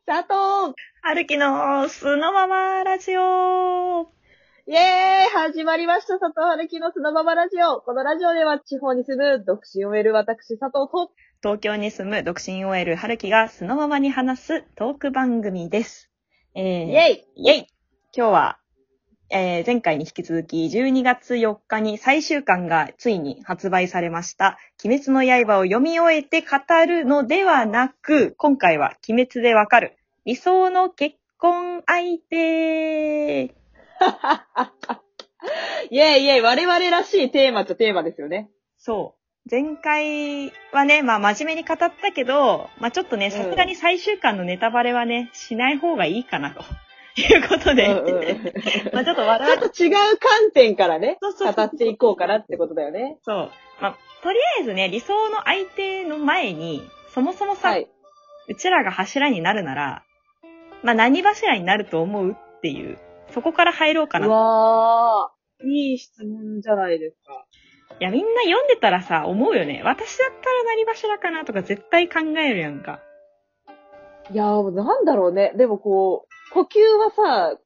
佐藤はるきの素のままラジオ。 イエーイ始まりました佐藤春樹のそのままラジオ。このラジオでは地方に住む独身 OL 私佐藤と東京に住む独身 OL はるきが素のままに話すトーク番組です。 イエイ今日は、前回に引き続き12月4日に最終巻がついに発売されました。鬼滅の刃を読み終えて語るのではなく、今回は鬼滅でわかる理想の結婚相手。 イエイイエイ我々らしいテーマとテーマですよね。 そう。前回はね、真面目に語ったけど、ちょっとね、さすがに最終巻のネタバレはね、しない方がいいかなということで、ちょっと我々 ちょっと違う観点からね、 そう語っていこうかなってことだよね。 そう。とりあえずね、理想の相手の前に、そもそもさ、うちらが柱になるなら、何柱になると思うっていう、そこから入ろうかな。 うわー、いい質問じゃないですか。 いや、みんな読んでたらさ、思うよね。私だったら何柱かなとか絶対考えるやんか。 いやー、なんだろうね。でも呼吸はさ、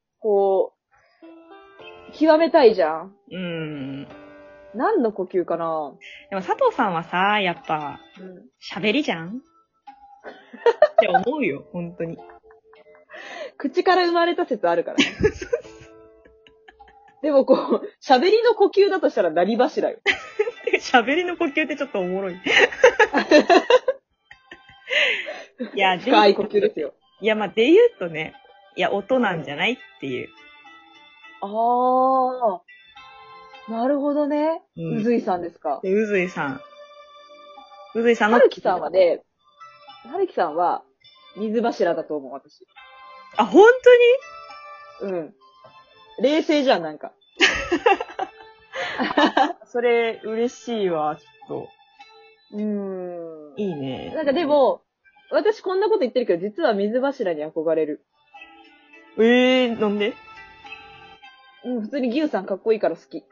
極めたいじゃん。何の呼吸かな。 でも佐藤さんはさ、やっぱ、喋りじゃんって思うよ、本当に。 口から生まれた説あるからね。でも喋りの呼吸だとしたら何柱よ。 喋りの呼吸ってちょっとおもろい。いや、 深い呼吸ですよ。 いや、で言うとね、いや、音なんじゃないっていう。 なるほどね。うずいさんですか。 うずいさんの。 はるきさんはね、はるきさんは水柱だと思う、私。 あ、本当に？冷静じゃん、なんか。 それ、嬉しいわ、ちょっと。いいね。 なんかでも、私こんなこと言ってるけど、実は水柱に憧れる。 なんで？ 普通に牛さんかっこいいから好き。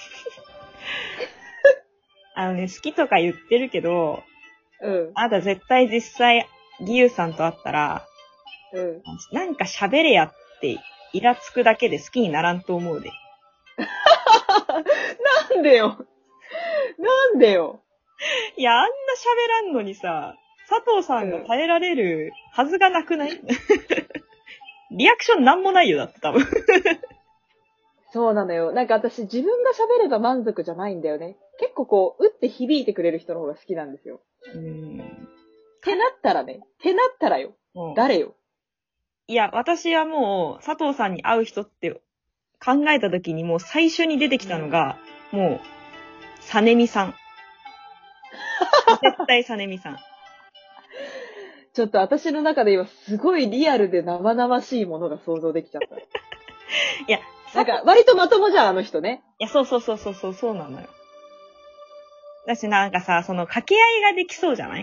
好きとか言ってるけど、あなた絶対実際、牛さんと会ったら、なんか喋れやってイラつくだけで好きにならんと思うで。 なんでよ。なんでよ。 いや、あんな喋らんのにさ、佐藤さんが耐えられるはずがなくない？リアクションなんもないよ、だって多分。 そうなのよ。なんか私自分が喋れば満足じゃないんだよね。結構打って響いてくれる人の方が好きなんですよ。ってなったらね。ってなったらよ。誰よ。 いや、私はもう、佐藤さんに会う人って考えた時にもう最初に出てきたのが、もう、サネミさん。絶対サネミさん。 ちょっと私の中で今すごいリアルで生々しいものが想像できちゃった。 いや、 なんか割とまともじゃん、あの人ね。 いや、そうなのよ。だしなんかさ、その掛け合いができそうじゃない？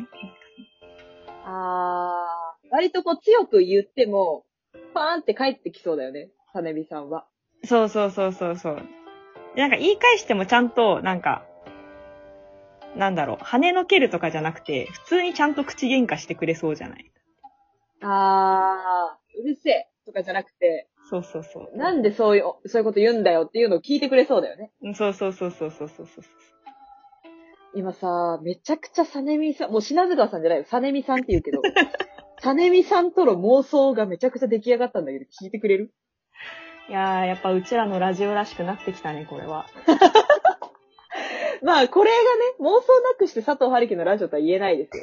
割と強く言っても、パーンって返ってきそうだよね、サネビさんは。 そう。なんか言い返してもちゃんと、なんか、なんだろう、跳ねのけるとかじゃなくて、普通にちゃんと口喧嘩してくれそうじゃない？ うるせえとかじゃなくて、 そう。 なんでそういうこと言うんだよっていうのを聞いてくれそうだよね。 そう。 今さ、めちゃくちゃサネミさん、もう品塚さんじゃないよ、サネミさんって言うけど、サネミさんとの妄想がめちゃくちゃ出来上がったんだけど、聞いてくれる？ いやー、やっぱうちらのラジオらしくなってきたね、これは。 これがね、妄想なくして佐藤春樹のラジオとは言えないですよ。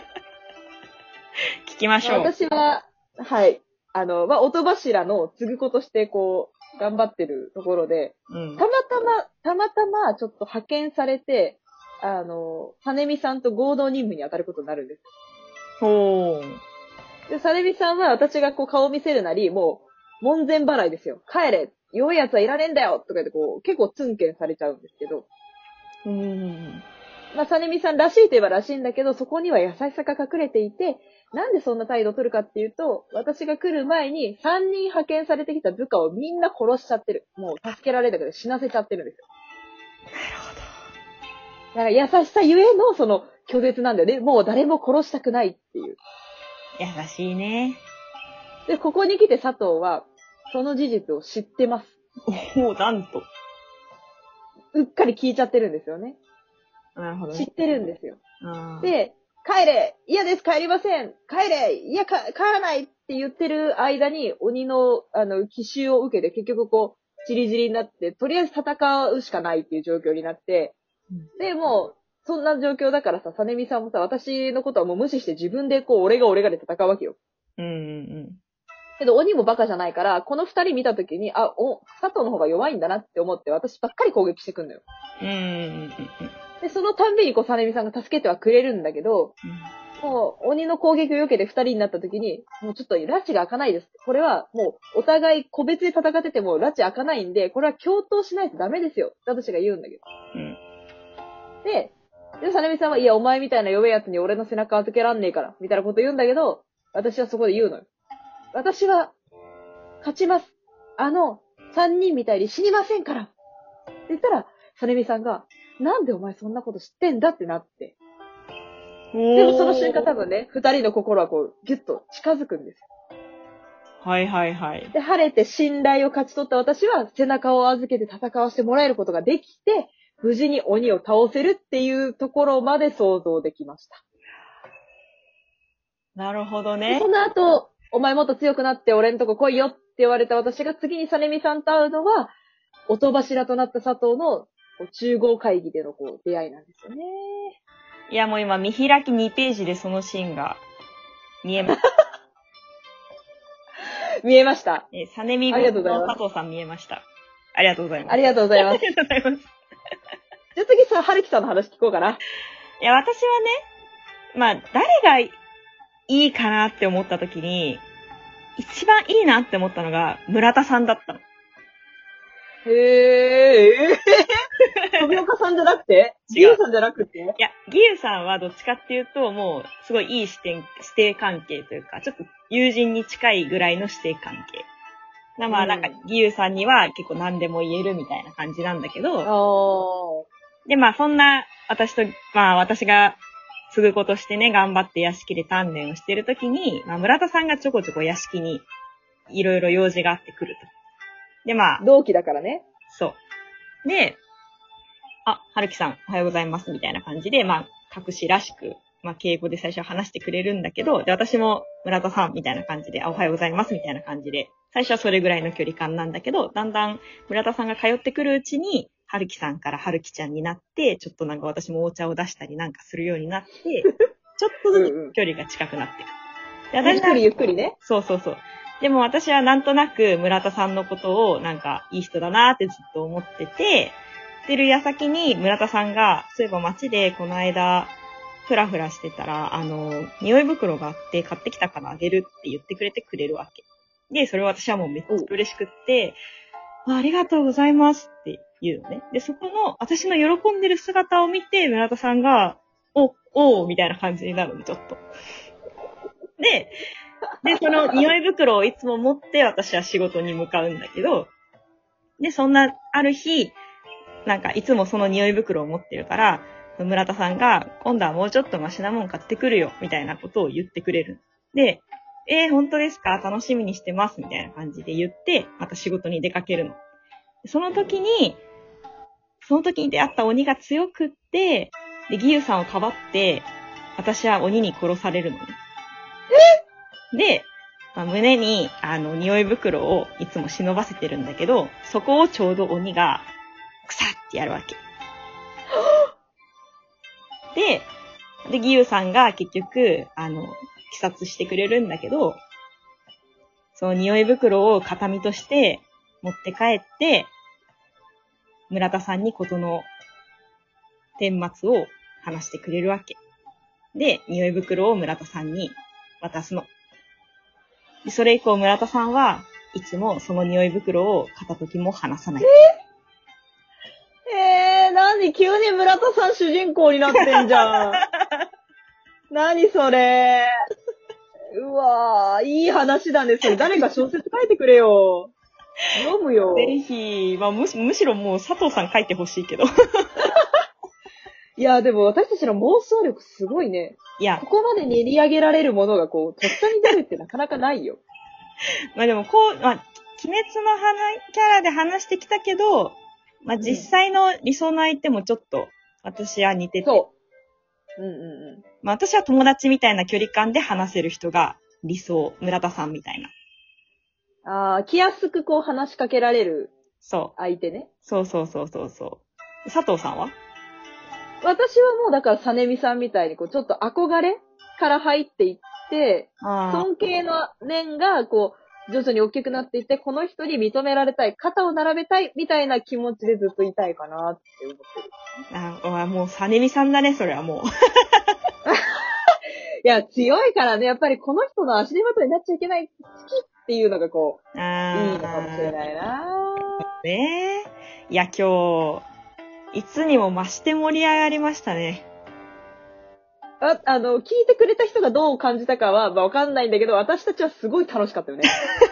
聞きましょう。 私は、はい。音柱の継ぐ子として頑張ってるところで、たまたまちょっと派遣されて、サネミさんと合同任務に当たることになるんです。で、サネミさんは私が顔を見せるなり、もう、門前払いですよ。帰れ！弱い奴はいらねえんだよとか言って結構ツンケンされちゃうんですけど。サネミさんらしいといえばらしいんだけど、そこには優しさが隠れていて、なんでそんな態度を取るかっていうと、私が来る前に3人派遣されてきた部下をみんな殺しちゃってる。もう助けられたけど死なせちゃってるんですよ。なるほど。だから優しさゆえの拒絶なんだよね。もう誰も殺したくないっていう。 優しいね。 で、ここに来て佐藤は、その事実を知ってます。 おお、なんと。 うっかり聞いちゃってるんですよね。 なるほどね。 知ってるんですよ。 あで、帰れ嫌です帰りません帰れいや、帰らないって言ってる間に、鬼の、奇襲を受けて、結局こう、チリチリになって、とりあえず戦うしかないっていう状況になって、で、もう、そんな状況だからさ、サネミさんもさ、私のことはもう無視して自分でこう、俺がで戦うわけよ。 うんうんうん。 けど、鬼もバカじゃないから、この二人見たときに、佐藤の方が弱いんだなって思って、私ばっかり攻撃してくんのよ。 うんうんうん。 で、そのたんびにこう、サネミさんが助けてはくれるんだけど、もう、鬼の攻撃を受けて二人になったときに、もうちょっと、拉致が開かないです。これは、もう、お互い個別で戦ってても、拉致開かないんで、これは共闘しないとダメですよ。って私が言うんだけど。 うん。 で、サネミさんは、いや、お前みたいな弱いやつに俺の背中預けらんねえから、みたいなこと言うんだけど、私はそこで言うのよ。私は、勝ちます。三人みたいに死にませんから。って言ったら、サネミさんが、なんでお前そんなこと知ってんだってなって。でもその瞬間多分ね、二人の心はこう、ギュッと近づくんですよ。 はいはいはい。 で、晴れて信頼を勝ち取った私は、背中を預けて戦わせてもらえることができて、無事に鬼を倒せるっていうところまで想像できました。 なるほどね。 その後、お前もっと強くなって俺んとこ来いよって言われた私が次にサネミさんと会うのは、音柱となった佐藤の中合会議でのこう出会いなんですよね。 いやもう今見開き2ページでそのシーンが見えます。 見えました。 サネミ軍の佐藤さん見えました。ありがとうございます。 ありがとうございます。 ありがとうございます。 じゃあ次さ、はるきさんの話聞こうかな。 いや、私はね、まあ、誰がいいかなって思った時に、一番いいなって思ったのが、村田さんだったの。 富岡さんじゃなくてギュウさんじゃなくていや、ギュウさんはどっちかっていうと、もう、すごいいい師弟関係というか、ちょっと友人に近いぐらいの師弟関係。まあ、なんか、ギュウさんには結構何でも言えるみたいな感じなんだけど、で、まあ、そんな、私が継ぐことしてね、頑張って屋敷で鍛錬をしてるときに、まあ、村田さんがちょこちょこ屋敷に、いろいろ用事があってくると。で、まあ。 同期だからね。 そう。で、はるきさん、おはようございます、みたいな感じで、まあ、隠しらしく、まあ、敬語で最初話してくれるんだけど、で、私も村田さん、みたいな感じで、おはようございます、みたいな感じで、最初はそれぐらいの距離感なんだけど、だんだん村田さんが通ってくるうちに、はるきさんからはるきちゃんになって、ちょっとなんか私もお茶を出したりなんかするようになって、ちょっとずつ距離が近くなっていく。 ゆっくりゆっくりね。 そうそうそう。でも私はなんとなく村田さんのことをなんかいい人だなってずっと思ってて、てる矢先に村田さんが、そういえば街でこの間、ふらふらしてたら、匂い袋があって買ってきたからあげるって言ってくれるわけ。で、それを私はもうめっちゃ嬉しくって、ありがとうございますって言うのね。で、そこの私の喜んでる姿を見て村田さんが、おうみたいな感じになるの、ちょっと。で、その匂い袋をいつも持って私は仕事に向かうんだけど、で、そんな、ある日、なんかいつもその匂い袋を持ってるから、村田さんが、今度はもうちょっとマシなもん買ってくるよ、みたいなことを言ってくれる。で、本当ですか？楽しみにしてます、みたいな感じで言って、また仕事に出かけるの。その時に出会った鬼が強くって、で、義勇さんをかばって、私は鬼に殺されるのね。で、胸に、匂い袋をいつも忍ばせてるんだけど、そこをちょうど鬼が、くさってやるわけ。で、義勇さんが結局、鬼殺してくれるんだけど、その匂い袋を形見として持って帰って、村田さんに事の顛末を話してくれるわけ。で、匂い袋を村田さんに渡すの。で、それ以降村田さんはいつもその匂い袋を片時も離さない。 何急に村田さん主人公になってんじゃん。何それ。うわぁ、いい話だね。それ誰か小説書いてくれよ。読むよ。 ぜひ、まあ、むしろもう佐藤さん書いてほしいけど。 いや、でも私たちの妄想力すごいね。 いや。 ここまで練り上げられるものがこう、とっさに出るってなかなかないよ。 まあでもこう、まあ、鬼滅の花キャラで話してきたけど、まあ実際の理想の相手もちょっと私は似てて。 そう。 まあ私は友達みたいな距離感で話せる人が理想、村田さんみたいな。ああ、気安くこう話しかけられる相手ね。 そう。佐藤さんは？ 私はもうだからサネミさんみたいにこうちょっと憧れから入っていって、尊敬の念がこう徐々に大きくなっていって、この人に認められたい、肩を並べたいみたいな気持ちでずっといたいかなって思ってる。もうサネミさんだね、それはもう。 いや、強いからね、やっぱりこの人の足手まといになっちゃいけない、好きっていうのがこう、いいのかもしれないなねえ。いや、今日、いつにも増して盛り上がりましたね。 聞いてくれた人がどう感じたかは、わかんないんだけど、私たちはすごい楽しかったよね。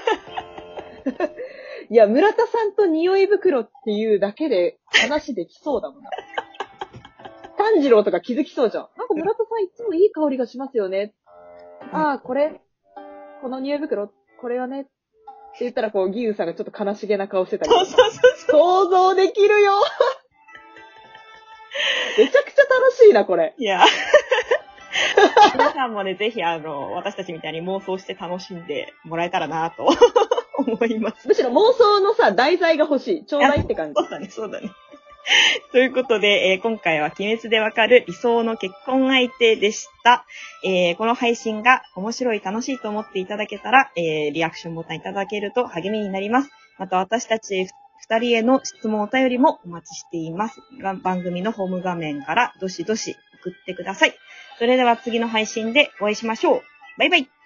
いや、村田さんと匂い袋っていうだけで話できそうだもんな。炭治郎とか気づきそうじゃん。なんか村田さんいつもいい香りがしますよね。ああ、この匂い袋、これはね。って言ったらこう、ギウさんがちょっと悲しげな顔してたり。 そう。 想像できるよ。めちゃくちゃ楽しいな、これ。 いや。皆さんもね、ぜひ私たちみたいに妄想して楽しんでもらえたらなと思います。 むしろ妄想のさ、題材が欲しい。ちょうだいって感じ。そうだね。ということで、今回は鬼滅でわかる理想の結婚相手でした。この配信が面白い、楽しいと思っていただけたら、リアクションボタンいただけると励みになります。また私たち2人への質問お便りもお待ちしています。番組のホーム画面からどしどし送ってください。それでは次の配信でお会いしましょう。バイバイ。